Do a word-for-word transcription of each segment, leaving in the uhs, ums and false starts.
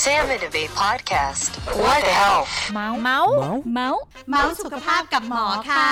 Sam and Abe Podcast What the Health เมาส์เมาส์เมาส์เมาส์สุขภาพกับหมอค่ะ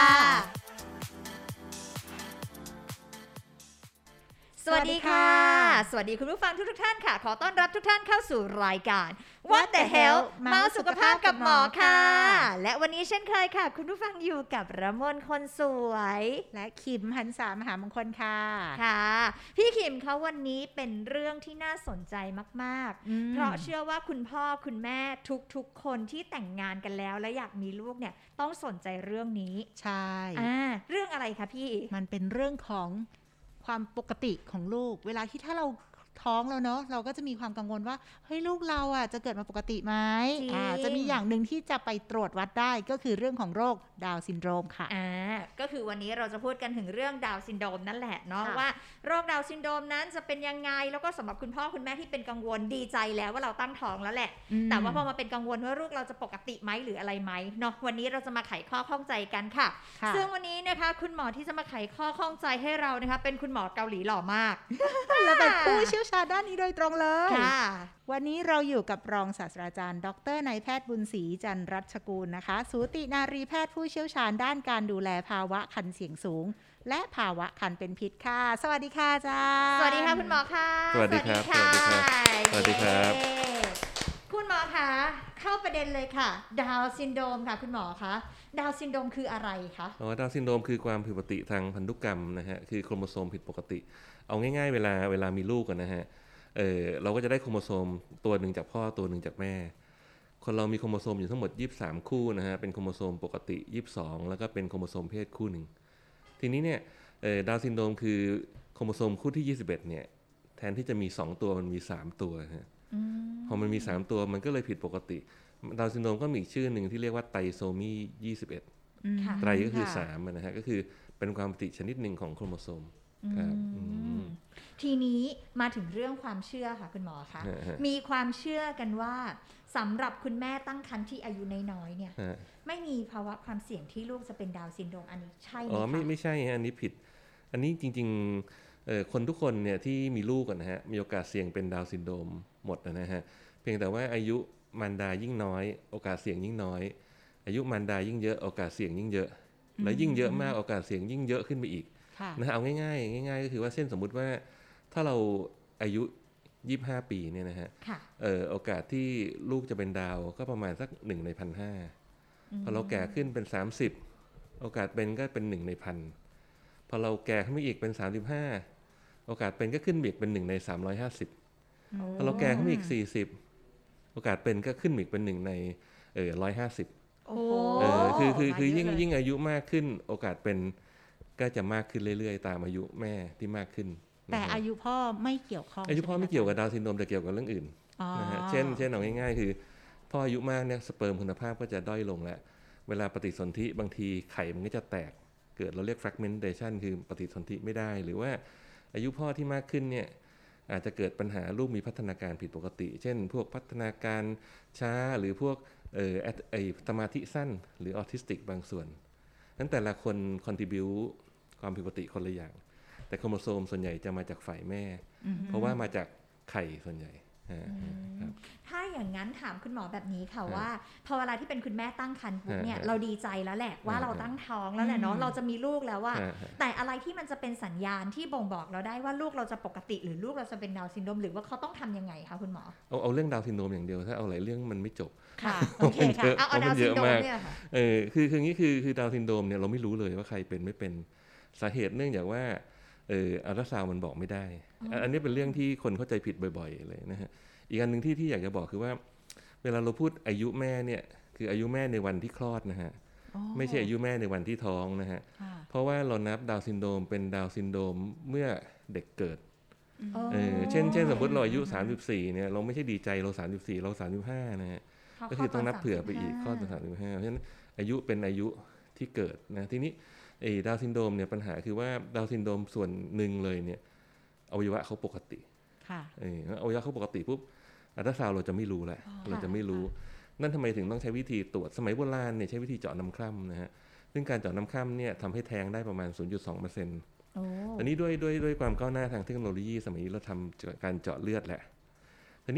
สวัสดีค่ะสวัสดีคุณผู้ฟังทุกๆท่านค่ะขอต้อนรับทุกท่านเข้าสู่รายการ What the Health เมาส์สุขภาพกับหมอค่ะและวันนี้เช่นเคยค่ะคุณผู้ฟังอยู่กับระมนคนสวยและคิมหันษามหามงคลค่ะค่ะพี่คิมเขาวันนี้เป็นเรื่องที่น่าสนใจมากๆเพราะเชื่อว่าคุณพ่อคุณแม่ทุกๆคนที่แต่งงานกันแล้วและอยากมีลูกเนี่ยต้องสนใจเรื่องนี้ใช่อ่าเรื่องอะไรคะพี่มันเป็นเรื่องของความปกติของลูกเวลาที่ถ้าเราท้องแล้วเนาะเราก็จะมีความกังวลว่าเฮ้ยลูกเราอ่ะจะเกิดมาปกติไหมอ่าจะมีอย่างหนึ่งที่จะไปตรวจวัดได้ก็คือเรื่องของโรคดาวน์ซินโดรมค่ะอ่าก็คือวันนี้เราจะพูดกันถึงเรื่องดาวน์ซินโดรมนั่นแหละเนาะว่าโรคดาวน์ซินโดรมนั้นจะเป็นยังไงแล้วก็สำหรับคุณพ่อคุณแม่ที่เป็นกังวลดีใจแล้วว่าเราตั้งท้องแล้วแหละแต่ว่าพอมาเป็นกังวลว่าลูกเราจะปกติไหมหรืออะไรไหมเนาะวันนี้เราจะมาไขข้อข้องใจกันค่ะซึ่งวันนี้นะคะคุณหมอที่จะมาไขข้อข้องใจให้เรานะคะเป็นคุณหมอเกาหลีหล่อมากและเป็นผู้เชี่ยวชาญด้านนี้โดยตรงเลยวันนี้เราอยู่กับรองศาสตราจารย์ดรนายแพทย์บุญศรีจันทร์รัชกูลนะคะสูตินารีแพทย์ผู้เชี่ยวชาญด้านการดูแลภาวะคันเสี่ยงสูงและภาวะคันเป็นพิษค่ะสวัสดีค่ะอาจารย์สวัสดีค่ะคุณหมอค่ะสวัสดีครับสวัสดีครับสวัสดีครับคุณหมอคะเข้าประเด็นเลยค่ะดาวน์ซินโดรมค่ะคุณหมอคะดาวน์ซินโดรมคืออะไรคะอ๋อดาวน์ซินโดรมคือความผิดปกติทางพันธุกรรมนะฮะคือโครโมโซมผิดปกติเอาง่ายๆเวลาเวลามีลูกกันนะฮะเออเราก็จะได้โครโมโซมตัวหนึ่งจากพ่อตัวหนึ่งจากแม่คนเรามีโครโมโซมอยู่ทั้งหมดยี่สิบสามคู่นะฮะเป็นโครโมโซมปกติยี่สิบสองแล้วก็เป็นโครโมโซมเพศคู่หนึ่งทีนี้เนี่ยเออดาวน์ซินโดรมคือโครโมโซมคู่ที่ยี่สิบเอ็ดเนี่ยแทนที่จะมีสองตัวมันมีสามตัวฮะพอมันมีสามตัวมันก็เลยผิดปกติดาวน์ซินโดรมก็มีอีกชื่อหนึ่งที่เรียกว่าไตรโซมียี่สิบเอ็ดไตรก็คือสามนะฮะก็คือเป็นความผิดชนิดหนึ่งของโครโมโซมครับทีนี้มาถึงเรื่องความเชื่อค่ะคุณหมอคะมีความเชื่อกันว่าสำหรับคุณแม่ตั้งครรภ์ที่อายุน้อยๆเนี่ยไม่มีภาวะความเสี่ยงที่ลูกจะเป็นดาวน์ซินโดรมอันนี้ใช่ไหมคะอ๋อไม่ไม่ใช่อันนี้ผิดอันนี้จริงๆเอ่อคนทุกคนเนี่ยที่มีลูกกันนะฮะมีโอกาสเสี่ยงเป็นดาวน์ซินโดรมหมดนะฮะเพียงแต่ว่าอายุมารดายิ่งน้อยโอกาสเสี่ยงยิ่งน้อยอายุมารดายิ่งเยอะโอกาสเสี่ยงยิ่งเยอะและยิ่งเยอะมากโอกาสเสี่ยงยิ่งเยอะขึ้นไปอีกนะฮะเอาง่ายๆง่ายๆก็คือว่าเช่นสมมุติว่าถ้าเราอายุยี่สิบห้าปีเนี่ยนะฮะเอ่อโอกาสที่ลูกจะเป็นดาวก็ประมาณสักหนึ่งใน หนึ่งพันห้าร้อย พอเราแก่ขึ้นเป็นสามสิบโอกาสเป็นก็เป็นหนึ่งใน หนึ่งพัน พอเราแก่ขึ้นไปอีกเป็นสามสิบห้าโอกาสเป็นก็ขึ้นอีกเป็นหนึ่งในสามร้อยห้าสิบพอเราแก่ขึ้นอีกสี่สิบโอกาสเป็นก็ขึ้นอีกเป็นหนึ่งในเอ่อหนึ่งร้อยห้าสิบเออคือคือคือยิ่งยิ่งอายุมากขึ้นโอกาสเป็นก็จะมากขึ้นเรื่อยๆตามอายุแม่ที่มากขึ้นแต่อายุพ่อไม่เกี่ยวข้องอายุพ่อไม่เกี่ยวกับดาวน์ซินโดรมแต่เกี่ยวกับเรื่องอื่นนะฮะเช่นเช่นเอาง่ายๆคือพ่ออายุมากเนี่ยสเปิร์มคุณภาพก็จะด้อยลงแล้วเวลาปฏิสนธิบางทีไข่มันก็จะแตกเกิดเราเรียก fragmentation คือปฏิสนธิไม่ได้หรือว่าอายุพ่อที่มากขึ้นเนี่ยอาจจะเกิดปัญหาลูกมีพัฒนาการผิดปกติเช่นพวกพัฒนาการช้าหรือพวกเอ่อไอ้สมาธิสั้นหรือออทิสติกบางส่วนนั้นแต่ละคน contribute ความผิดปกติคนละอย่างแต่โครโมโซมส่วนใหญ่จะมาจากฝ่ายแม่เพราะว่ามาจากไข่ส่วนใหญ่ถ้าอย่างนั้นถามคุณหมอแบบนี้ค่ะว่าพอเวลาที่เป็นคุณแม่ตั้งครรภ์ปุ๊บเนี่ยเราดีใจแล้วแหละว่าเราตั้งท้องแล้วแหละเนาะเราจะมีลูกแล้วว่าแต่อะไรที่มันจะเป็นสัญญาณที่บ่งบอกเราได้ว่าลูกเราจะปกติหรือลูกเราจะเป็นดาวน์ซินโดรมหรือว่าเขาต้องทำยังไงคะคุณหมอเอาเอาเรื่องดาวน์ซินโดรมอย่างเดียวถ้าเอาหลายเรื่องมันไม่จบค่ะโอเคค่ะเอาเอาดาวน์ซินโดรมเนี่ยค่ะเออคือคืองี้คือคือดาวน์ซินโดรมเนี่ยเราไม่รู้เลยว่าใครเป็นไม่เป็นสาเหตุเนื่องจากว่าเอออัลตราซาวด์มันบอกไม่ได้อันนี้เป็นเรื่องที่คนเข้าใจผิดบ่อยๆเลยนะฮะอีกอันหนึ่งที่ที่อยากจะบอกคือว่าเวลาเราพูดอายุแม่เนี่ยคืออายุแม่ในวันที่คลอดนะฮะไม่ใช่อายุแม่ในวันที่ท้องนะฮะเพราะว่าเรานับดาวน์ซินโดรมเป็นดาวน์ซินโดรมเมื่อเด็กเกิดเออเช่นเช่นสมมติเราอายุสามสิบสี่เนี่ยเราไม่ใช่ดีใจเราสามสิบสี่เราสามสิบห้านะฮะก็คือต้องนับเผื่อไปอีกคลอดตอนสามสิบห้าเพราะฉะนั้นอายุเป็นอายุที่เกิดนะทีนี้ไอ้ดาวน์ซินโดรมเนี่ยปัญหาคือว่าดาวน์ซินโดรมส่วนหนึ่งเลยเนี่ยอวัยวะเขาปกติเอออวัยวะเขาปกติปุ๊บอัลตราซาวด์เราจะไม่รู้แหละเราจะไม่รู้นั่นทำไมถึงต้องใช้วิธีตรวจสมัยโบราณเนี่ยใช้วิธีเจาะน้ำคร่ำนะฮะซึ่งการเจาะน้ำคร่ำเนี่ยทำให้แท้งได้ประมาณ ศูนย์จุดสองเปอร์เซ็นต์ ตอนนี้ด้วยด้วยด้วยความก้าวหน้าทางเทคโนโลยีสมัยนี้เราทำการเจาะเลือดแหละทีนี้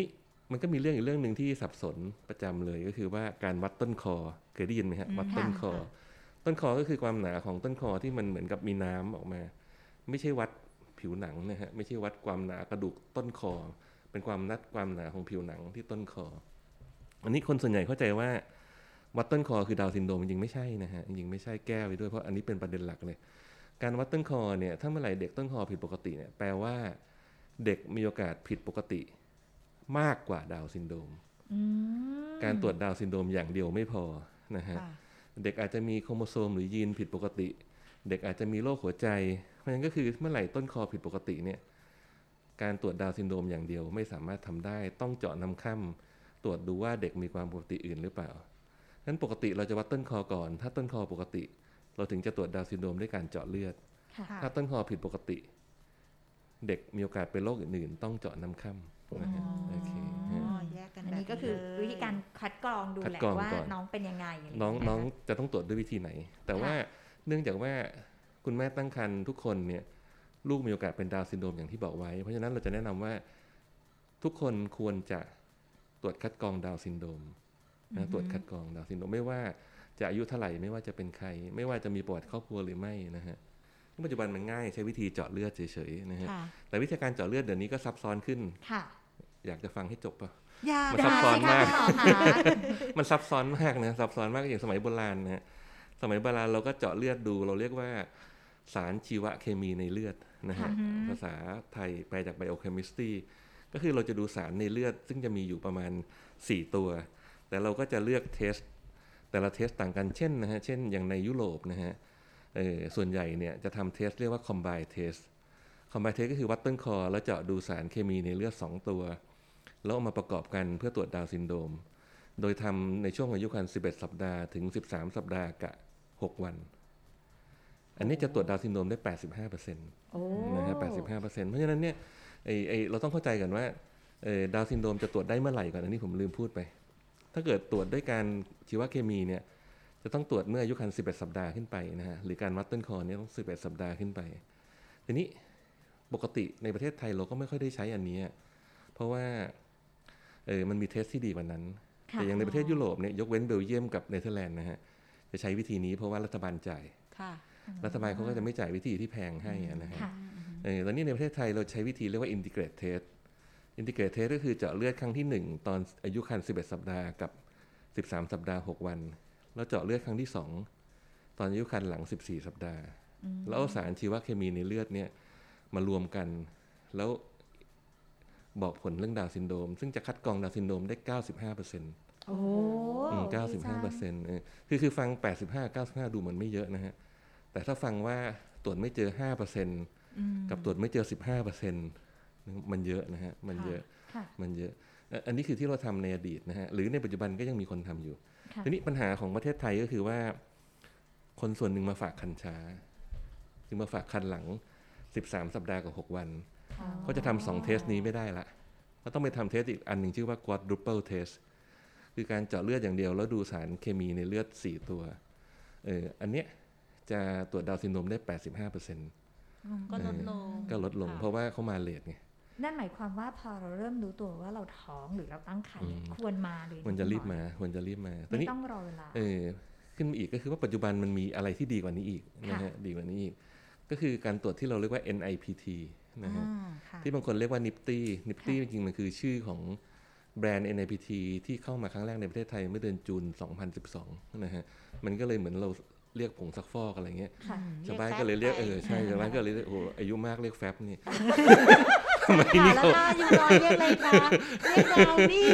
มันก็มีเรื่องอีกเรื่องนึงที่สับสนประจำเลยก็คือว่าการวัดต้นคอเคยได้ยินไหมฮะวัดต้นคอต้นคอก็คือความหนาของต้นคอที่มันเหมือนกับมีน้ำออกมาไม่ใช่วัดผิวหนังนะฮะไม่ใช่วัดความหนากระดูกต้นคอเป็นความนัดความหนาของผิวหนังที่ต้นคออันนี้คนส่วนใหญ่เข้าใจว่าวัดต้นคอคือดาวน์ซินโดรมจริงๆไม่ใช่นะฮะจริงๆไม่ใช่แก้ไปด้วยเพราะอันนี้เป็นประเด็นหลักเลยการวัดต้นคอเนี่ยถ้าเมื่อไหร่เด็กต้นคอผิดปกติเนี่ยแปลว่าเด็กมีโอกาสผิดปกติมากกว่าดาวน์ซินโดรมการตรวจดาวน์ซินโดรมอย่างเดียวไม่พอนะฮะเด็กอาจจะมีโครโมโซมหรือยีนผิดปกติเด็กอาจจะมีโรคหัวใจเพราะฉะนั้นก็คือเมื่อไหร่ต้นคอผิดปกติเนี่ยการตรวจดาวน์ซินโดรมอย่างเดียวไม่สามารถทำได้ต้องเจาะน้ำค่ำตรวจดูว่าเด็กมีความปกติอื่นหรือเปล่านั้นปกติเราจะวัดต้นคอก่อนถ้าต้นคอปกติเราถึงจะตรวจดาวน์ซินโดรมด้วยการเจาะเลือดถ้าต้นคอผิดปกติเด็กมีโอกาสเป็นโรคอื่นๆต้องเจาะน้ำค่ำนะฮะโอเคแยกกันอันนี้ก็คือวิธีการคัดกรองดูแหละว่าน้องเป็นยังไงน้องน้องจะต้องตรวจด้วยวิธีไหนแต่ว่าเนื่องจากว่าคุณแม่ตั้งครรภ์ทุกคนเนี่ยลูกมีโอกาสเป็นดาวน์ซินโดรมอย่างที่บอกไว้เพราะฉะนั้นเราจะแนะนำว่าทุกคนควรจะตรวจคัดกรองดาวน์ซินโดรมนะตรวจคัดกรองดาวน์ซินโดรมไม่ว่าจะอายุเท่าไหร่ไม่ว่าจะเป็นใครไม่ว่าจะมีประวัติครอบครัวหรือไม่นะฮะปัจจุบันมันง่ายใช้วิธีเจาะเลือดเฉยๆนะฮะแต่วิธีการเจาะเลือดเดี๋ยวนี้ก็ซับซ้อนขึ้นอยากจะฟังให้จบป่ะมันซับซ้อนมากมันซับซ้อนมากนะซับซ้อนมากอย่างสมัยโบราณนะสมัยโบราณเราก็เจาะเลือดดูเราเรียกว่าสารชีวเคมีในเลือดนะฮะภาษาไทยแปลจากไบโอเคมิสตรีก็คือเราจะดูสารในเลือดซึ่งจะมีอยู่ประมาณสี่ตัวแต่เราก็จะเลือกเทสแต่ละเทสต่างกันเช่นนะฮะเช่นอย่างในยุโรปนะฮะเออส่วนใหญ่เนี่ยจะทำเทสเรียกว่า combine test combine test ก็คือวัดต้นคอแล้วเจาะดูสารเคมีในเลือดสองตัวแล้วเอามาประกอบกันเพื่อตรวจดาวน์ซินโดรมโดยทำในช่วงอายุครรภ์สิบเอ็ดสัปดาห์ถึงสิบสามสัปดาห์กับหกวันอันนี้จะตรวจดาวน์ซินโดรมได้ แปดสิบห้าเปอร์เซ็นต์ นะฮะ แปดสิบห้าเปอร์เซ็นต์ เพราะฉะนั้นเนี่ยไอ้ไอ้เราต้องเข้าใจกันว่าเอ่อดาวน์ซินโดรมจะตรวจได้เมื่อไหร่ก่อนอันนี้ผมลืมพูดไปถ้าเกิดตรวจด้วยการชีวเคมีเนี่ยจะต้องตรวจเมื่ออายุครรภ์สิบเอ็ดสัปดาห์ขึ้นไปนะฮะหรือการวัดต้นคอเนี่ยต้องสิบเอ็ดสัปดาห์ขึ้นไปทีนี้ปกติในประเทศไทยเราก็ไม่ค่อยได้ใช้อันนี้เพราะว่าเออมันมีเทสที่ดีกว่านั้นแต่อย่างในประเทศยุโรปเนี่ยยกเว้นเบลเยียมกับเนเธอร์แลนด์นะฮะจะใช้วิธีนี้เพราะว่ารัฐบาลจ่ายรัฐบาลเขาก็จะไม่จ่ายวิธีที่แพงให้นะฮะเออตอนนี้ในประเทศไทยเราใช้วิธีเรียกว่า integrate test integrate test ก็คือเจาะเลือดครั้งที่หนึ่งตอนอายุครรภ์สิบเอ็ดสัปดาห์กับสิบสามสัปดาห์หกวันแล้วเจาะเลือดครั้งที่สองตอนอายุครรภ์หลังสิบสี่สัปดาห์แล้วเอาสารชีวเคมีในเลือดเนี่ยมารวมกันแล้วบอกผลเรื่องดาวน์ซินโดรมซึ่งจะคัดกรองดาวน์ซินโดรมได้ เก้าสิบห้าเปอร์เซ็นต์โอ้อืม เก้าสิบห้าเปอร์เซ็นต์ เออคือคือฟังแปดสิบห้า เก้าสิบห้าดูเหมือนไม่เยอะนะฮะแต่ถ้าฟังว่าตรวจไม่เจอ ห้าเปอร์เซ็นต์ กับตรวจไม่เจอ สิบห้าเปอร์เซ็นต์ มันเยอะนะฮะมันเยอะมันเยอะอันนี้คือที่เราทำในอดีตนะฮะหรือในปัจจุบันก็ยังมีคนทำอยู่ทีนี้ปัญหาของประเทศไทยก็คือว่าคนส่วนหนึ่งมาฝากคันช้าจึงมาฝากคันหลังสิบสามสัปดาห์กับหกวันเขาจะทำสองเทสนี้ไม่ได้ละก็ต้องไปทำเทสอีกอันหนึ่งชื่อว่า quadruple test คือการเจาะเลือดอย่างเดียวแล้วดูสารเคมีในเลือดสี่ตัวเอออันเนี้ยจะตรวจดาวน์ซินโดรมได้ แปดสิบห้าเปอร์เซ็นต์ก็ลดลงก็ลดลงเพราะว่าเขามาเลทไงนั่นหมายความว่าพอเราเริ่มรู้ตัวว่าเราท้องหรือเราตั้งครรภ์ควรมาเลยควรจะรีบมาควรจะรีบมาไม่ต้องรอเวลาเออขึ้นมาอีกก็คือว่าปัจจุบันมันมีอะไรที่ดีกว่านี้อีกนะฮะดีกว่านี้อีกก็คือการตรวจที่เราเรียกว่า เอ็น ไอ พี ที นะฮะที่บางคนเรียกว่า Nifty Nifty จริงๆมันคือชื่อของแบรนด์ เอ็น ไอ พี ที ที่เข้ามาครั้งแรกในประเทศไทยเมื่อเดือนจูนสองพันสิบสองนะฮะมันก็เลยเหมือนเราเรียกผงซักฟอกอะไรเงี้ยชาวบ้านก็เลยเรียกเออใช่ชาวบ้านก็เลยโอ้อายุมากเรียกแฟบนี่ทำไมนี่เขาอยู่รอเรียกอะไรคะเรียกดาวนี่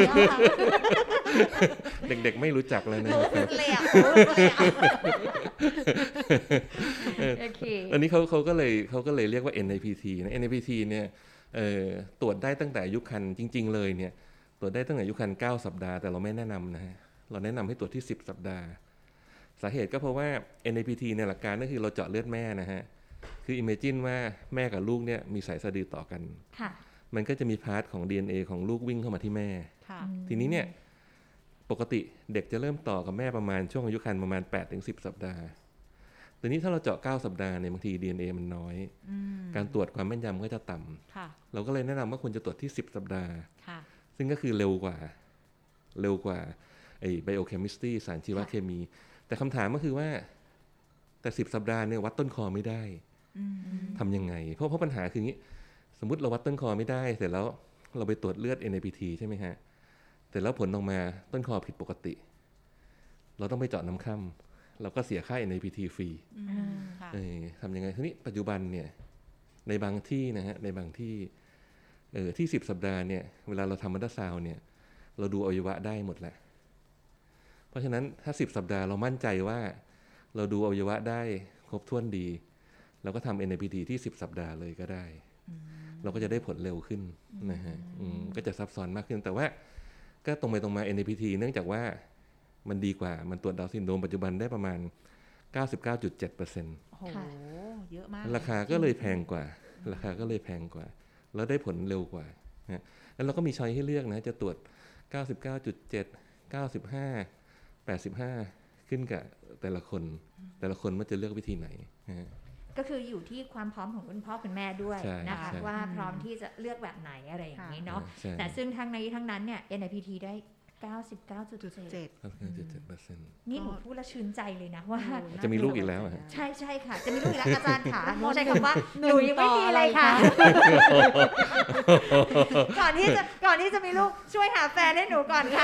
เด็กๆไม่รู้จักเลยนะอันนี้เขาเขาก็เลยเขาก็เลยเรียกว่า เอ็น ไอ พี ที นะ เอ็น ไอ พี ที เนี่ยเอ่อตรวจได้ตั้งแต่อายุครรภ์จริงๆเลยเนี่ยตรวจได้ตั้งแต่อายุครรภ์เก้าสัปดาห์แต่เราไม่แนะนำนะฮะเราแนะนำให้ตรวจที่สิบสัปดาห์สาเหตุก็เพราะว่า เอ็น ไอ พี ที ในหลักการก็คือเราเจาะเลือดแม่นะฮะคือ imagine ว่าแม่กับลูกเนี่ยมีสายสะดือต่อกันมันก็จะมีพาร์ทของ ดี เอ็น เอ ของลูกวิ่งเข้ามาที่แม่ทีนี้เนี่ยปกติเด็กจะเริ่มต่อกับแม่ประมาณช่วงอายุครรภ์ประมาณ แปดถึงสิบ สัปดาห์ทีนี้ถ้าเราเจาะเก้าสัปดาห์เนี่ยบางที ดี เอ็น เอ มันน้อยการตรวจความแม่นยำก็จะต่ำเราก็เลยแนะนำว่าควรจะตรวจที่สิบสัปดาห์ซึ่งก็คือเร็วกว่าเร็วกว่าไอ้ biochemistry สารชีวเคมีแต่คำถามก็คือว่าแต่สิบสัปดาห์เนี่ยวัดต้นคอไม่ได้ทำยังไงเพราะเพราะปัญหาคืองี้สมมติเราวัดต้นคอไม่ได้เสร็จแล้วเราไปตรวจเลือด เอ็น ไอ พี ที ใช่ไหมฮะแต่แล้วผลออกมาต้นคอผิดปกติเราต้องไปเจาะน้ำค่ำเราก็เสียค่า เอ็น ไอ พี ที ฟรีเออทำยังไงทีนี้ปัจจุบันเนี่ยในบางที่นะฮะในบางที่เออที่สิบสัปดาห์เนี่ยเวลาเราทำอัลตราซาวด์เนี่ยเราดูอวัยวะได้หมดแหละเพราะฉะนั้นถ้าสิบสัปดาห์เรามั่นใจว่าเราดูอวัยวะได้ครบถ้วนดีเราก็ทำ เอ็น ไอ พี ที ที่สิบสัปดาห์เลยก็ได้เราก็จะได้ผลเร็วขึ้นนะฮะก็จะซับซ้อนมากขึ้นแต่ว่าก็ตรงไปตรงมา เอ็น ไอ พี ที เนื่องจากว่ามันดีกว่ามันตรวจดาวน์ซินโดรมปัจจุบันได้ประมาณ เก้าสิบเก้าจุดเจ็ดเปอร์เซ็นต์โอ้โหเยอะมากราคาก็เลยแพงกว่าราคาก็เลยแพงกว่าแล้วได้ผลเร็วกว่านะแล้วเราก็มีช้อยให้เลือกนะจะตรวจ เก้าสิบเก้าจุดเจ็ด เก้าสิบห้า แปดสิบห้าขึ้นกับแต่ละคนแต่ละคนมันจะเลือกวิธีไหนนะก็คืออยู่ที่ความพร้อมของคุณพ่อคุณแม่ด้วยนะคะว่าพร้อมที่จะเลือกแบบไหนอะไรอย่างนี้เนาะแต่ซึ่งทั้งในทั้งนั้นเนี่ย เอ็น ไอ พี ที ได้ เก้าสิบเก้าจุดเจ็ดเจ็ดเก้าสิบเก้าจุดเจ็ดเปอร์เซ็นต์นี่หนูพูดแล้วชื่นใจเลยนะว่าจะมีลูกอีกแล้วอ่ะใช่ใช่ค่ะจะมีลูกอีกแล้วอาจารย์ขาหนูใช้คำว่าหนูยังไม่มีเลยค่ะก่อนที่จะก่อนที่จะมีลูกช่วยหาแฟนให้หนูก่อนค่ะ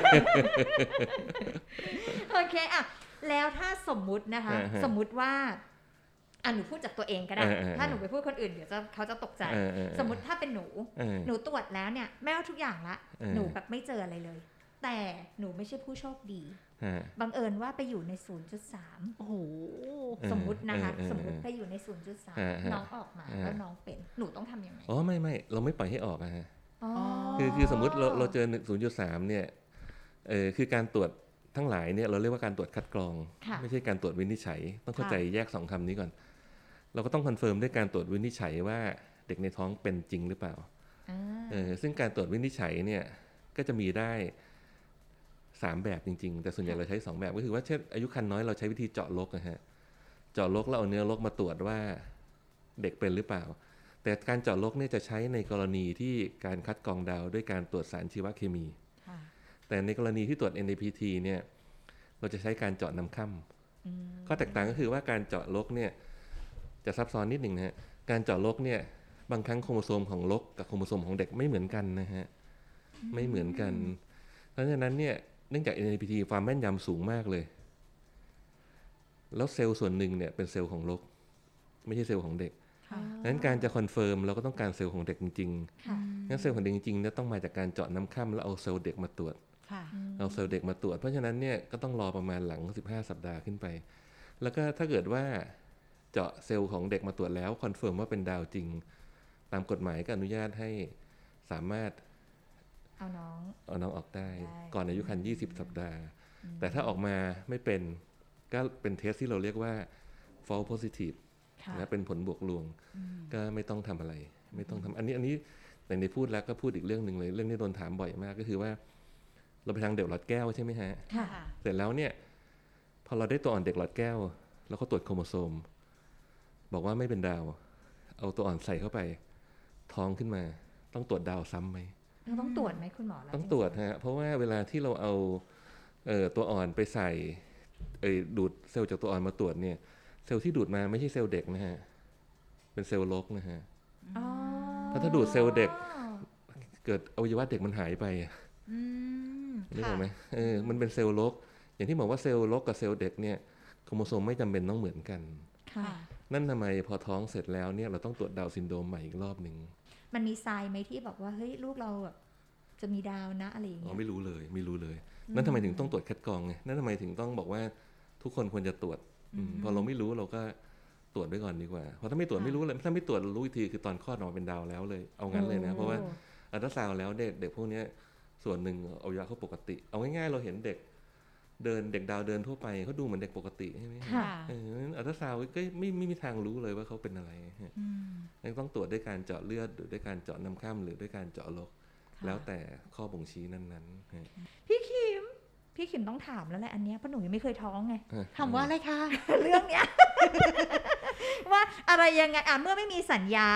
โอเคอ่ะแล้วถ้าสมมุตินะคะสมมุติว่าอ่ะหนูพูดจากตัวเองก็ได้ถ้าหนูไปพูดคนอื่นเดี๋ยวจะเขาจะตกใจสมมุติถ้าเป็นหนูหนูตรวจแล้วเนี่ยแม้ว่าทุกอย่างละหนูแบบไม่เจออะไรเลยแต่หนูไม่ใช่ผู้โชคดีบังเอิญว่าไปอยู่ใน ศูนย์จุดสาม โอ้โหสมมุตินะคะสมมุติไปอยู่ใน ศูนย์จุดสาม น้องออกมาแล้วน้องเป็นหนูต้องทำยังไงอ๋อไม่ไม่เราไม่ปล่อยให้ออกนะฮะคือคือสมมุติเราเราเจอ ศูนย์จุดสาม เนี่ยเออคือการตรวจทั้งหลายเนี่ยเราเรียกว่าการตรวจคัดกรองไม่ใช่การตรวจวินิจฉัยต้องเข้าใจแยกสองคำนี้ก่อนเราก็ต้องคอนเฟิร์มด้วยการตรวจวินิจฉัยว่าเด็กในท้องเป็นจริงหรือเปล่าเออซึ่งการตรวจวินิจฉัยเนี่ยก็จะมีได้สามแบบจริงๆแต่ส่วนใหญ่เราใช้สองแบบก็คือว่าเช่นอายุครรภ์น้อยเราใช้วิธีเจาะรกนะฮะเจาะรกแล้วเอาเนื้อรกมาตรวจว่าเด็กเป็นหรือเปล่าแต่การเจาะรกเนี่ยจะใช้ในกรณีที่การคัดกรองดาวด้วยการตรวจสารชีวเคมีแต่ในกรณีที่ตรวจ เอ็น ไอ พี ที เนี่ยเราจะใช้การเจาะน้ำค่ำข้อแตกต่างก็คือว่าการเจาะรกเนี่ยจะซับซ้อนนิดหนึ่งนะฮะการเจาะรกเนี่ยบางครั้งโครโมโซมของรกกับโครโมโซมของเด็กไม่เหมือนกันนะฮะไม่เหมือนกันเพราะฉะนั้นเนี่ยเนื่องจาก เอ็น ไอ พี ที ความแม่นยำสูงมากเลยแล้วเซลล์ส่วนหนึ่งเนี่ยเป็นเซลล์ของรกไม่ใช่เซลล์ของเด็กดังนั้นการจะคอนเฟิร์มเราก็ต้องการเซลล์ของเด็กจริงๆงั้นเซลล์ของเด็กจริงๆเนี่ยต้องมาจากการเจาะน้ำค่ำแล้วเอาเซลล์เด็กมาตรวจเอาเซลล์เด็กมาตรวจเพราะฉะนั้นเนี่ยก็ต้องรอประมาณหลังสิบห้าสัปดาห์ขึ้นไปแล้วก็ถ้าเกิดว่าเจาะเซลล์ของเด็กมาตรวจแล้วคอนเฟิร์มว่าเป็นดาวจริงตามกฎหมายก็อนุญาตให้สามารถเอาน้องเอาน้องออกได้ก่อนอายุครรภ์ยี่สิบสัปดาห์แต่ถ้าออกมาไม่เป็นก็เป็นเทสที่เราเรียกว่า false positive นะเป็นผลบวกลวงก็ไม่ต้องทำอะไรไม่ต้องทำอันนี้อันนี้แต่ในพูดแล้วก็พูดอีกเรื่องนึงเลยเรื่องนี้โดนถามบ่อยมากก็คือว่าเราไปทางเด็กหลอดแก้วใช่ไหมฮะเสร็จแล้วเนี่ยพอเราได้ตัวอ่อนเด็กหลอดแก้วแล้วก็ตรวจโครโมโซมบอกว่าไม่เป็นดาวเอาตัวอ่อนใส่เข้าไปท้องขึ้นมาต้องตรวจดาวซ้ำไหมต้องตรวจไหมคุณหมอต้องตรวจฮะเพราะว่าเวลาที่เราเอาเอ่อตัวอ่อนไปใส่เอ่อดูดเซลล์จากตัวอ่อนมาตรวจเนี่ยเซลล์ที่ดูดมาไม่ใช่เซลล์เด็กนะฮะเป็นเซลล์รกนะฮะเพราะถ้าดูดเซลล์เด็กเกิดอวัยวะเด็กมันหายไปนึกออกไหมเออมันเป็นเซลล์รกอย่างที่บอกว่าเซลล์รกกับเซลล์เด็กเนี่ยโครโมโซมไม่จำเป็นต้องเหมือนกันนั่นทำไมพอท้องเสร็จแล้วเนี่ยเราต้องตรวจดาวน์ซินโดรมใหม่อีกรอบนึงมันมีไซน์ไหมที่บอกว่าเฮ้ยลูกเราแบบจะมีดาวนะอะไรอย่างเงี้ยอ๋อไม่รู้เลยไม่รู้เลยนั่นทำไมถึงต้องตรวจคัดกรองไงนั่นทำไมถึงต้องบอกว่าทุกคนควรจะตรวจพอเราไม่รู้เราก็ตรวจไว้ก่อนดีกว่าเพราะถ้าไม่ตรวจไม่รู้เลยถ้าไม่ตรวจรู้อีกทีคือตอนคลอดออกมาเป็นดาวแล้วเลยเอางั้นเลยนะเพราะว่าอัลตราซาวด์แล้วเด็กเด็กพวกนี้ส่วนหนึ่งอวัยวะเขาปกติเอาง่ายๆเราเห็นเด็กเดินเด็กดาวเดินทั่วไปเขาดูเหมือนเด็กปกติใช่ไหมเอออัลตราซาวด์ก็ไม่ไม่มีทางรู้เลยว่าเขาเป็นอะไรต้องตรวจด้วยการเจาะเลือดหรือด้วยการเจาะน้ำค่ำหรือด้วยการเจาะรกแล้วแต่ข้อบ่งชี้นั้นๆพี่คิมพี่คิมต้องถามแล้วแหละอันเนี้ยเพราะหนูยังไม่เคยท้องไงถามว่าอะไรคะเรื่องเนี้ยว่าอะไรยังไงอ่ะเมื่อไม่มีสัญญาณ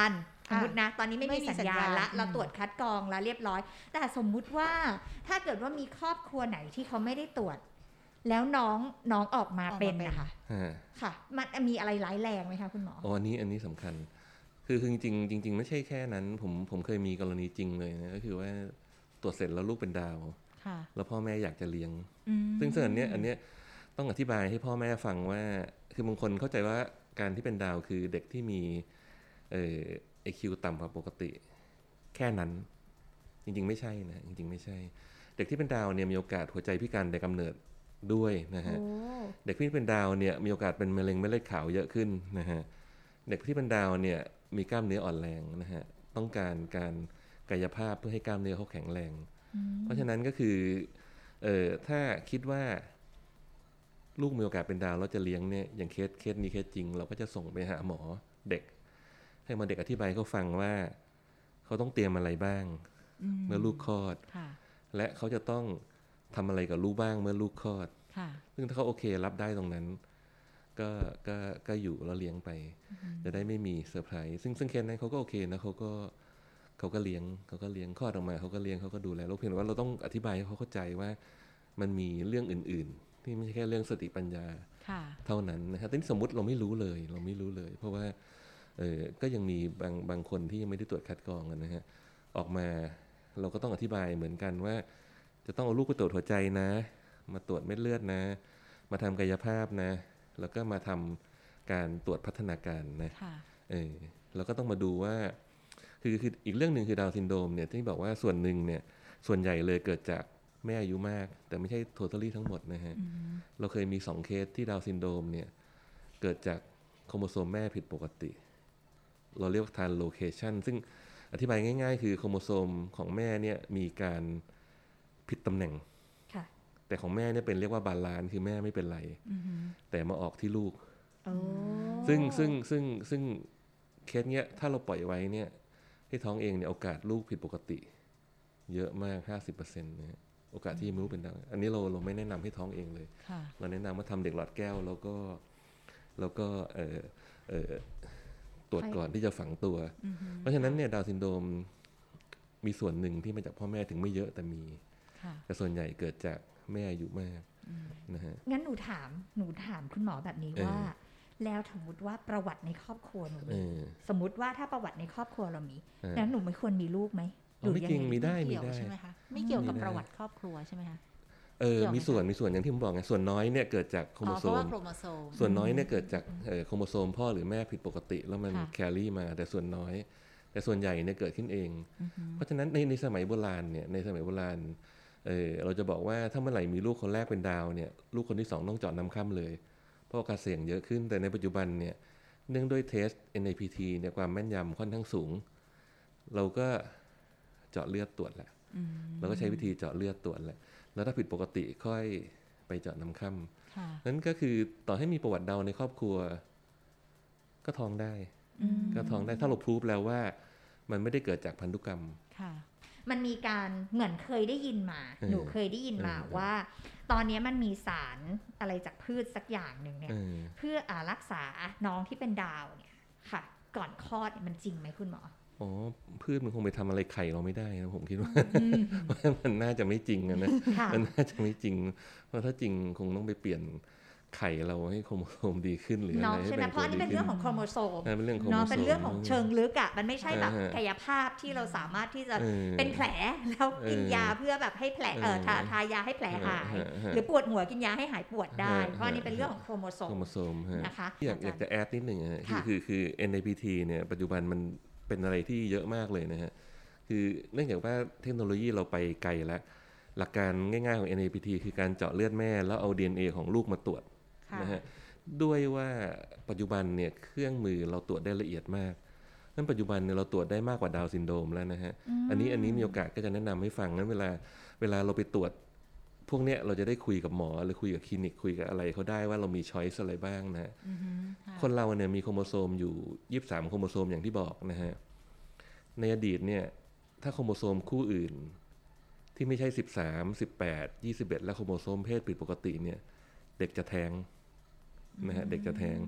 สมมตินะตอนนี้ไม่มีสัญญาณละเราตรวจคัดกรองแล้วเรียบร้อยแต่สมมุติว่าถ้าเกิดว่ามีครอบครัวไหนที่เขาไม่ได้ตรวจแล้วน้องน้องออกมาเป็นนะคะค่ะมันมีอะไรร้ายแรงไหมคะคุณหมออ๋ออันนี้อันนี้สำคัญคือจริงจริงจริงไม่ใช่แค่นั้นผมผมเคยมีกรณีจริงเลยนะก็คือว่าตรวจเสร็จแล้วลูกเป็นดาวแล้วพ่อแม่อยากจะเลี้ยงซึ่งส่วนเนี้ยอันเนี้ยต้องอธิบายให้พ่อแม่ฟังว่าคือบางคนเข้าใจว่าการที่เป็นดาวคือเด็กที่มีเอ่อ ไอ คิว ต่ำกว่าปกติแค่นั้นจริงๆไม่ใช่นะจริงๆไม่ใช่เด็กที่เป็นดาวเนี่ยมีโอกาสหัวใจพิการแต่กำเนิดด้วยนะฮะเด็กที่เป็นดาวเนี่ยมีโอกาสเป็นมะเร็งเม็ดเลือดขาวเยอะขึ้นนะฮะเด็กที่เป็นดาวเนี่ยมีกล้ามเนื้ออ่อนแรงนะฮะต้องการการกายภาพเพื่อให้กล้ามเนื้อเขาแข็งแรงเพราะฉะนั้นก็คือเอ่อถ้าคิดว่าลูกมีโอกาสเป็นดาวแล้วจะเลี้ยงเนี่ยอย่างเคสเคสนี้เคสจริงเราก็จะส่งไปหาหมอเด็กให้มาเด็กอธิบายเขาฟังว่าเขาต้องเตรียมอะไรบ้างเมื่อลูกคลอดและเขาจะต้องทำอะไรกับลูกบ้างเมื่อลูกคลอดซึ่งถ้าเขาโอเครับได้ตรงนั้นก็ก็ก็อยู่แล้วเลี้ยงไปจะได้ไม่มีเซอร์ไพรส์ซึ่งซึ่งเคสนั้นเขาก็โอเคนะเขาก็เขาก็เลี้ยงเขาก็เลี้ยงคลอดออกมาเขาก็เลี้ยงเขาก็ดูแลลูกเพียงแต่ว่าเราต้องอธิบายให้เขาเข้าใจว่ามันมีเรื่องอื่นๆที่ไม่ใช่แค่เรื่องสติปัญญาเท่านั้นนะครับแต่นี่สมมุติเราไม่รู้เลยเราไม่รู้เลยเพราะว่าเออก็ยังมีบางบางคนที่ยังไม่ได้ตรวจคัดกรองกันนะฮะออกมาเราก็ต้องอธิบายเหมือนกันว่าจะต้องเอาลูกไปตรวจหัวใจนะมาตรวจเม็ดเลือดนะมาทำกายภาพนะแล้วก็มาทำการตรวจพัฒนาการนะเออแล้วก็ต้องมาดูว่าคือคืออีกเรื่องนึงคือดาวน์ซินโดรมเนี่ยที่บอกว่าส่วนหนึ่งเนี่ยส่วนใหญ่เลยเกิดจากแม่อายุมากแต่ไม่ใช่ totally ทั้งหมดนะฮะเราเคยมีสองเคสที่ดาวน์ซินโดรมเนี่ยเกิดจากโครโมโซมแม่ผิดปกติเราเรียกว่า translocation ซึ่งอธิบายง่ายๆคือโครโมโซมของแม่เนี่ยมีการผิดตำแหน่งแต่ของแม่เนี่ยเป็นเรียกว่าบาลานซ์คือแม่ไม่เป็นไรแต่มาออกที่ลูกซึ่งซึ่งซึ่งซึ่งเคสเนี้ยถ้าเราปล่อยไว้เนี่ยที่ท้องเองเนี่ยโอกาสลูกผิดปกติเยอะมาก ห้าสิบเปอร์เซ็นต์ นะโอกาสที่ไม่รู้เป็นดาวอันนี้เราเราไม่แนะนำให้ท้องเองเลยเราแนะนำว่าทำเด็กหลอดแก้วแล้วก็แล้วก็เอ่อเอ่อตรวจก่อนที่จะฝังตัวเพราะฉะนั้นเนี่ยดาวน์ซินโดรมมีส่วนหนึ่งที่มาจากพ่อแม่ถึงไม่เยอะแต่มีแต่ส่วนใหญ่เกิดจากแม่อายุมากนะฮะงั้นหนูถามหนูถามคุณหมอแบบนี้ว่าแล้วสมมติว่าประวัติในครอบครัวหนูมีสมมติว่าถ้าประวัติในครอบครัวเรามีแล้วหนูไม่ควรมีลูกไหมไม่จริงมีได้มีได้ใช่ไหมคะไม่เกี่ยวกับประวัติครอบครัวใช่ไหมคะเออมีส่วนมีส่วนอย่างที่ผมบอกไงส่วนน้อยเนี่ยเกิดจากโครโมโซมส่วนน้อยเนี่ยเกิดจากโครโมโซมพ่อหรือแม่ผิดปกติแล้วมันแครี่มาแต่ส่วนน้อยแต่ส่วนใหญ่เนี่ยเกิดขึ้นเองเพราะฉะนั้นในในสมัยโบราณเนี่ยในสมัยโบราณเออเราจะบอกว่าถ้าเมื่อไหร่มีลูกคนแรกเป็นดาวเนี่ยลูกคนที่สองต้องเจาะน้ำค่ำเลยเพราะโอกาสเสี่ยงเยอะขึ้นแต่ในปัจจุบันเนี่ยเนื่องด้วยเทส เอ็น ไอ พี ที เนี่ยความแม่นยำค่อนข้างสูงเราก็เจาะเลือดตรวจแหละเราก็ใช้วิธีเจาะเลือดตรวจแหละแล้วถ้าผิดปกติค่อยไปเจาะน้ำค่ำนั้นก็คือต่อให้มีประวัติดาวในครอบครัวก็ท้องได้ก็ท้องได้ถ้าเราพรูฟแล้วว่ามันไม่ได้เกิดจากพันธุกรรมมันมีการเหมือนเคยได้ยินมาหนูเคยได้ยินมาว่าตอนนี้มันมีสารอะไรจากพืชสักอย่างหนึ่งเนี่ยเพื่อรักษาน้องที่เป็นดาวเนี่ยค่ะก่อนคลอดมันจริงไหมคุณหมออ๋อพืชมันคงไปทำอะไรไข่เราไม่ได้นะผมคิดว่ามันน่าจะไม่จริงนะมันน่าจะไม่จริงเพราะถ้าจริงคงต้องไปเปลี่ยนไข่เราให้โครโมโซมดีขึ้นหรืออะไรใช่ไหมเพราะนี่เป็นเรื่องของโครโมโซมเป็นเรื่องของเป็นเรื่องของเชิงลึกอ่ะมันไม่ใช่แบบกายภาพที่เราสามารถที่จะเป็นแผลแล้วกินยาเพื่อแบบให้แผลเอ่อทาทายาให้แผลหายหรือปวดหัวกินยาให้หายปวดได้เพราะนี่เป็นเรื่องของโครโมโซมโครโมโซมนะคะอยากอยากจะแอดนิดหนึ่งคือคือคือ เอ็น ไอ พี ที เนี่ยปัจจุบันมันเป็นอะไรที่เยอะมากเลยนะฮะคือเนื่องจากว่าเทคโนโลยีเราไปไกลแล้วหลักการง่ายๆของ เอ็น ไอ พี ที คือการเจาะเลือดแม่แล้วเอา ดี เอ็น เอ ของลูกมาตรวจนะฮะด้วยว่าปัจจุบันเนี่ยเครื่องมือเราตรวจได้ละเอียดมากนั้นปัจจุบันเนี่ยเราตรวจได้มากกว่าดาวน์ซินโดรมแล้วนะฮะอันนี้อันนี้มีโอกาสก็จะแนะนำให้ฟังนั้นเวลาเวลาเราไปตรวจพวกเนี้ยเราจะได้คุยกับหมอหรือคุยกับคลินิกคุยกับอะไรเขาได้ว่าเรามีช้อยส์อะไรบ้างนะคนเราเนี่ยมีโครโมโซมอยู่ยี่สิบสามโครโมโซมอย่างที่บอกนะฮะในอดีตเนี่ยถ้าโครโมโซมคู่อื่นที่ไม่ใช่สิบสาม สิบแปด ยี่สิบเอ็ดและโครโมโซมเพศผิดปกติเนี่ยเด็กจะแท้งนะฮะเด็กจะแท้งเพ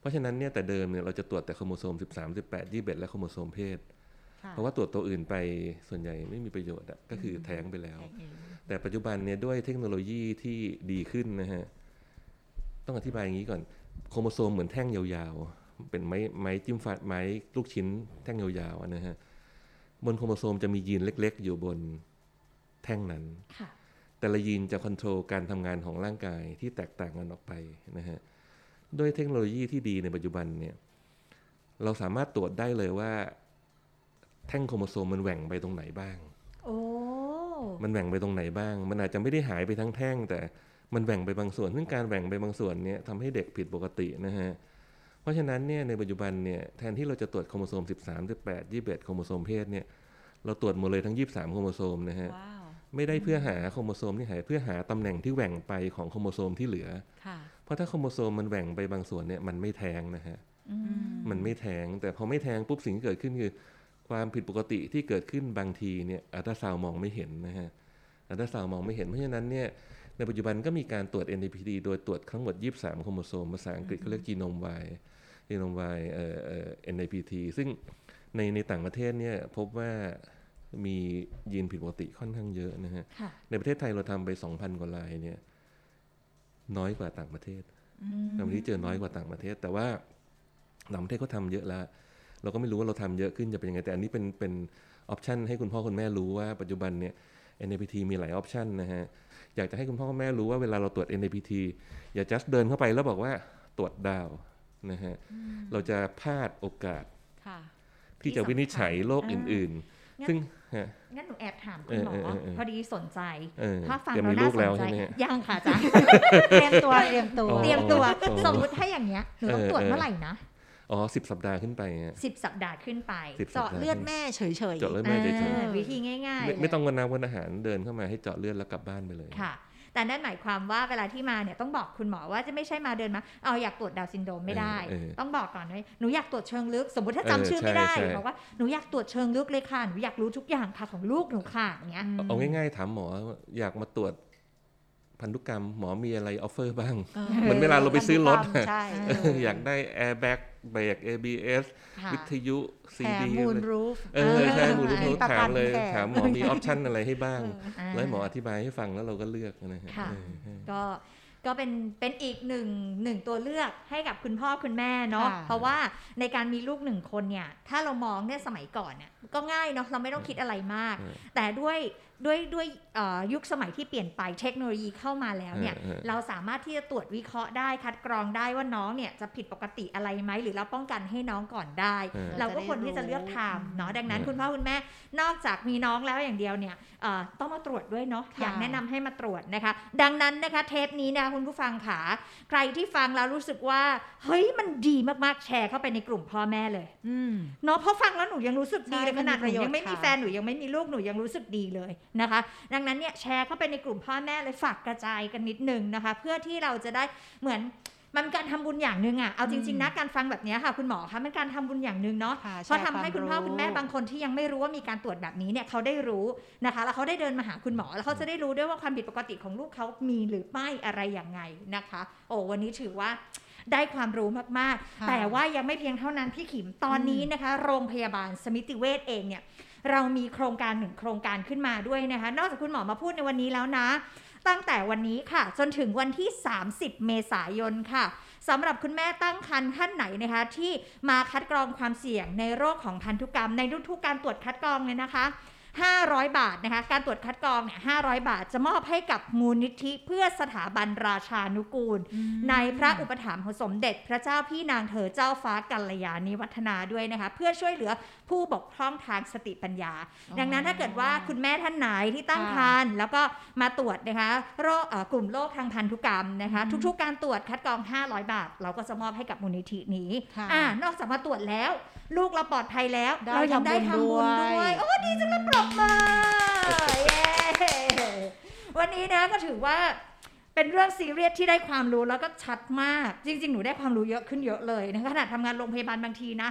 ราะฉะนั้นเนี่ยแต่เดิมเนี่ยเราจะตรวจแต่โครโมโซมสิบสาม สิบแปด ยี่สิบเอ็ดและโครโมโซมเพศเพราะว่าตรวจตัวอื่นไปส่วนใหญ่ไม่มีประโยชน์ก็คือแท้งไปแล้วแต่ปัจจุบันเนี่ยด้วยเทคโนโลยีที่ดีขึ้นนะฮะต้องอธิบายอย่างนี้ก่อนโครโมโซมเหมือนแท่งยาวๆเป็นไม้ไม้จิ้มฟันไม้ลูกชิ้นแท่งยาวๆนะฮะบนโครโมโซมจะมียีนเล็กๆอยู่บนแท่งนั้นแต่ละยีนจะควบคุมการทำงานของร่างกายที่แตกต่างกันออกไปนะฮะด้วยเทคโนโลยีที่ดีในปัจจุบันเนี่ยเราสามารถตรวจได้เลยว่าแท่งโครโมโซมมันแหว่งไปตรงไหนบ้างโอ้มันแหว่งไปตรงไหนบ้างมันอาจจะไม่ได้หายไปทั้งแท่งแต่มันแหว่งไปบางส่วนซึ่งการแหว่งไปบางส่วนเนี่ยทำให้เด็กผิดปกตินะฮะเพราะฉะนั้นเนี่ยในปัจจุบันเนี่ยแทนที่เราจะตรวจโครโมโซมสิบสาม สิบแปด ยี่สิบเอ็ดโครโมโซมเพศเนี่ยเราตรวจหมดเลยทั้งยี่สิบสามโครโมโซมนะฮะ wow. ไม่ได้เพื่อหาโครโมโซมที่หายเพื่อหาตำแหน่งที่แหว่งไปของโครโมโซมที่เหลือเพราะถ้าโครโมโซมมันแหว่งไปบางส่วนเนี่ยมันไม่แท้งนะฮะมันไม่แท้งแต่พอไม่แท้งปุ๊บสิ่งที่เกิดขึ้นคือความผิดปกติที่เกิดขึ้นบางทีเนี่ยอัลตราซาวด์มองไม่เห็นนะฮะอัลตราซาวด์มองไม่เห็นเพราะฉะนั้นเนี่ยในปัจจุบันก็มีการตรวจ เอ็น ไอ พี ที โดยตรวจทั้งหมดยี่สิบสามโครโมโซมภาษาอังกฤษเขาเรียกจีโนม Y จีโนม Y เอ่อเอ่อ เอ็น ไอ พี ที ซึ่งในในต่างประเทศเนี่ยพบว่ามียีนผิดปกติค่อนข้างเยอะนะฮะในประเทศไทยเราทำไป สองพัน กว่ารายเนี่ยน้อยกว่าต่างประเทศตอนนี้เจอน้อยกว่าต่างประเทศแต่ว่าต่างประเทศเขาทำเยอะแล้วเราก็ไม่รู้ว่าเราทำเยอะขึ้นจะเป็นยังไงแต่อันนี้เป็นเป็นออปชันให้คุณพ่อคุณแม่รู้ว่าปัจจุบันเนี่ย เอ็น ไอ พี ที มีหลายออปชันนะฮะอยากจะให้คุณพ่อคุณแม่รู้ว่าเวลาเราตรวจ เอ็น ไอ พี ที อย่า just เดินเข้าไปแล้วบอกว่าตรวจดาวนะฮะเราจะพลาดโอกาสที่จะวินิจฉัยโรคอื่นๆซึ่งงั้นหนูแอบถามคุณหมอพอดีสนใจถ้าฟังแล้วน่าสนใจยังค่ะจ๊ะเตรียมตัวเตรียมตัวเตรียมตัวสมมติถ้าอย่างเงี้ยหนูต้องตรวจเมื่อไหร่นะอ๋อสิบสัปดาห์ขึ้นไปสิบสัปดาห์ขึ้นไปเจาะเลือดแม่เฉยๆเจาะเลือดแม่เฉยๆวิธีง่ายๆไม่ต้องวันน้ำวันอาหารเดินเข้ามาให้เจาะเลือดแล้วกลับบ้านไปเลยค่ะแต่นั่นหมายความว่าเวลาที่มาเนี่ยต้องบอกคุณหมอว่าจะไม่ใช่มาเดินมาเอาอยากตรวจดาวน์ซินโดรมไม่ได้ต้องบอกก่อนว่าหนูอยากตรวจเชิงลึกสมมุติถ้าจำชื่อไม่ได้บอกว่าหนูอยากตรวจเชิงลึกเลยค่ะหนูอยากรู้ทุกอย่างค่ะของลูกหนูค่ะอย่างเงี้ยเอาง่ายๆถามหมออยากมาตรวจพันธุกรรมหมอมีอะไรออฟเฟอร์บ้างเหมือนเวลาเราไปซื้อรถอยากได้แอร์แบ็กเบรก เอ บี เอส วิทยุ ซี ดีมูนรูฟเออใช่มูนรูฟถามเลยถามหมอมีออปชั่นอะไรให้บ้างแล้วหมออธิบายให้ฟังแล้วเราก็เลือกนะฮะก็ก็เป็นเป็นอีกหนึ่งหนึ่งตัวเลือกให้กับคุณพ่อคุณแม่เนาะเพราะว่าในการมีลูกหนึ่งคนเนี่ยถ้าเรามองเนี่ยสมัยก่อนเนี่ยก็ง่ายเนาะเราไม่ต้องคิดอะไรมากแต่ด้วยด้วยด้วยยุคสมัยที่เปลี่ยนไปเทคโนโลยีเข้ามาแล้วเนี่ยเราสามารถที่จะตรวจวิเคราะห์ได้คัดกรองได้ว่าน้องเนี่ยจะผิดปกติอะไรไหมหรือเราป้องกันให้น้องก่อนได้เราก็ควรที่จะเลือกทำเนาะดังนั้นคุณพ่อคุณแม่นอกจากมีน้องแล้วอย่างเดียวเนี่ยต้องมาตรวจด้วยเนาะอยากแนะนำให้มาตรวจนะคะดังนั้นนะคะเทปนี้นะคุณผู้ฟังค่ะใครที่ฟังแล้วรู้สึกว่าเฮ้ยมันดีมากๆแชร์เข้าไปในกลุ่มพ่อแม่เลยเนาะเพราะฟังแล้วหนูยังรู้สึกดีเลยขนาดหนูยังไม่มีแฟนหนูยังไม่มีลูกหนูยังรู้สึกดีเลยนะคะดังนั้นเนี่ยแชร์เข้าไปในกลุ่มพ่อแม่เลยฝากกระจายกันนิดนึงนะคะเพื่อที่เราจะได้เหมือนมันการทำบุญอย่างนึงอ่ะเอาจริงๆนะการฟังแบบนี้ค่ะคุณหมอคะมันการทำบุญอย่างนึงเนาะเพราะทำให้คุณพ่อคุณแม่บางคนที่ยังไม่รู้ว่ามีการตรวจแบบนี้เนี่ยเขาได้รู้นะคะแล้วเขาได้เดินมาหาคุณหมอแล้วเขาจะได้รู้ด้วยว่าความผิดปกติของลูกเขามีหรือไม่อะไรอย่างไงนะคะโอ้วันนี้ถือว่าได้ความรู้มากๆแต่ว่ายังไม่เพียงเท่านั้นพี่ขิมตอนนี้นะคะโรงพยาบาลสมิติเวชเองเนี่ยเรามีโครงการหนึ่งโครงการขึ้นมาด้วยนะคะนอกจากคุณหมอมาพูดในวันนี้แล้วนะตั้งแต่วันนี้ค่ะจนถึงวันที่สามสิบเมษายนค่ะสำหรับคุณแม่ตั้งครรภ์ท่านไหนนะคะที่มาคัดกรองความเสี่ยงในโรคของพันธุกรรมในทุกๆการตรวจคัดกรองเลยนะคะห้าร้อยบาทนะคะการตรวจคัดกรองเนี่ยห้าร้อยบาทจะมอบให้กับมูลนิธิเพื่อสถาบันราชานุกูลในพระอุปถัมภ์ของสมเด็จพระเจ้าพี่นางเธอเจ้าฟ้ากัลยาณิวัฒนาด้วยนะคะเพื่อช่วยเหลือผู้บกพร่องทางสติปัญญาดังนั้นถ้าเกิดว่าคุณแม่ท่านไหนที่ตั้งครรภ์แล้วก็มาตรวจนะคะโรคกลุ่มโรคทางพันธุกรรมนะคะทุกๆการตรวจคัดกรองห้าร้อยบาทเราก็จะมอบให้กับมูลนิธินี้อ่านอกจากมาตรวจแล้วลูกเราปลอดภัยแล้วเรายังได้ทำบุญด้วยโอ้ดีจังเลยปรบมือเย้วันนี้นะก็ถือว่าเป็นเรื่องซีเรียสที่ได้ความรู้แล้วก็ชัดมากจริงๆหนูได้ความรู้เยอะขึ้นเยอะเลยนะขนาดทำงานโรงพยาบาลบางทีนะ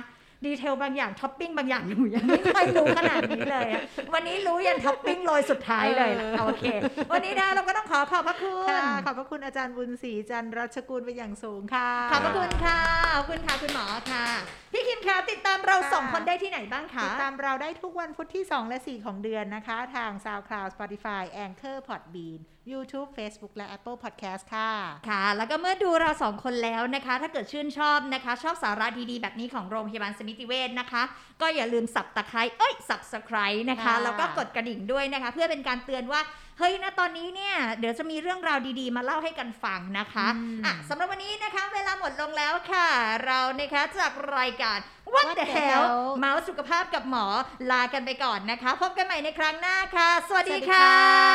ดีเทลบางอย่างท็อปปิ้งบางอย่างหนูยังไม่ค่อยรู้ขนาดนี้เลยอะวันนี้รู้ยันท็อปปิ้งโรยสุดท้ายเลยโอเควันนี้นะเราก็ต้องขอขอบพระคุณขอบพระคุณอาจารย์บุญศรีจันทร์รัชกุลเป็นอย่างสูงค่ะขอบพระคุณค่ะขอบคุณค่ะคุณหมอค่ะพี่คิมคะติดตามเราสองคนได้ที่ไหนบ้างคะติดตามเราได้ทุกวันพุธที่สองและสี่ของเดือนนะคะทาง SoundCloud Spotify Anchor Podbean YouTube Facebook และ Apple Podcast ค่ะค่ะแล้วก็เมื่อดูเราสองคนแล้วนะคะถ้าเกิดชื่นชอบนะคะชอบสาระดีๆแบบนี้ของโรงพยาบาลสมิติเวชนะคะก็อย่าลืม Subscribe เอ้ย Subscribe นะคะแล้วก็กดกระดิ่งด้วยนะคะเพื่อเป็นการเตือนว่าเฮ้ยนะตอนนี้เนี่ยเดี๋ยวจะมีเรื่องราวดีๆมาเล่าให้กันฟังนะคะอ่ะสำหรับวันนี้นะคะเวลาหมดลงแล้วค่ะเรานะคะจากรายการ What the hell เมาส์สุขภาพกับหมอลากันไปก่อนนะคะพบกันใหม่ในครั้งหน้าค่ะสวัสดีค่ะ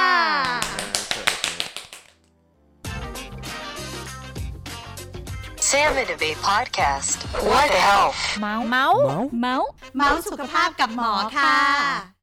Saminivate Podcast What the Health เมาส์เมาส์เมาส์เมาส์สุขภาพกับหมอค่ะ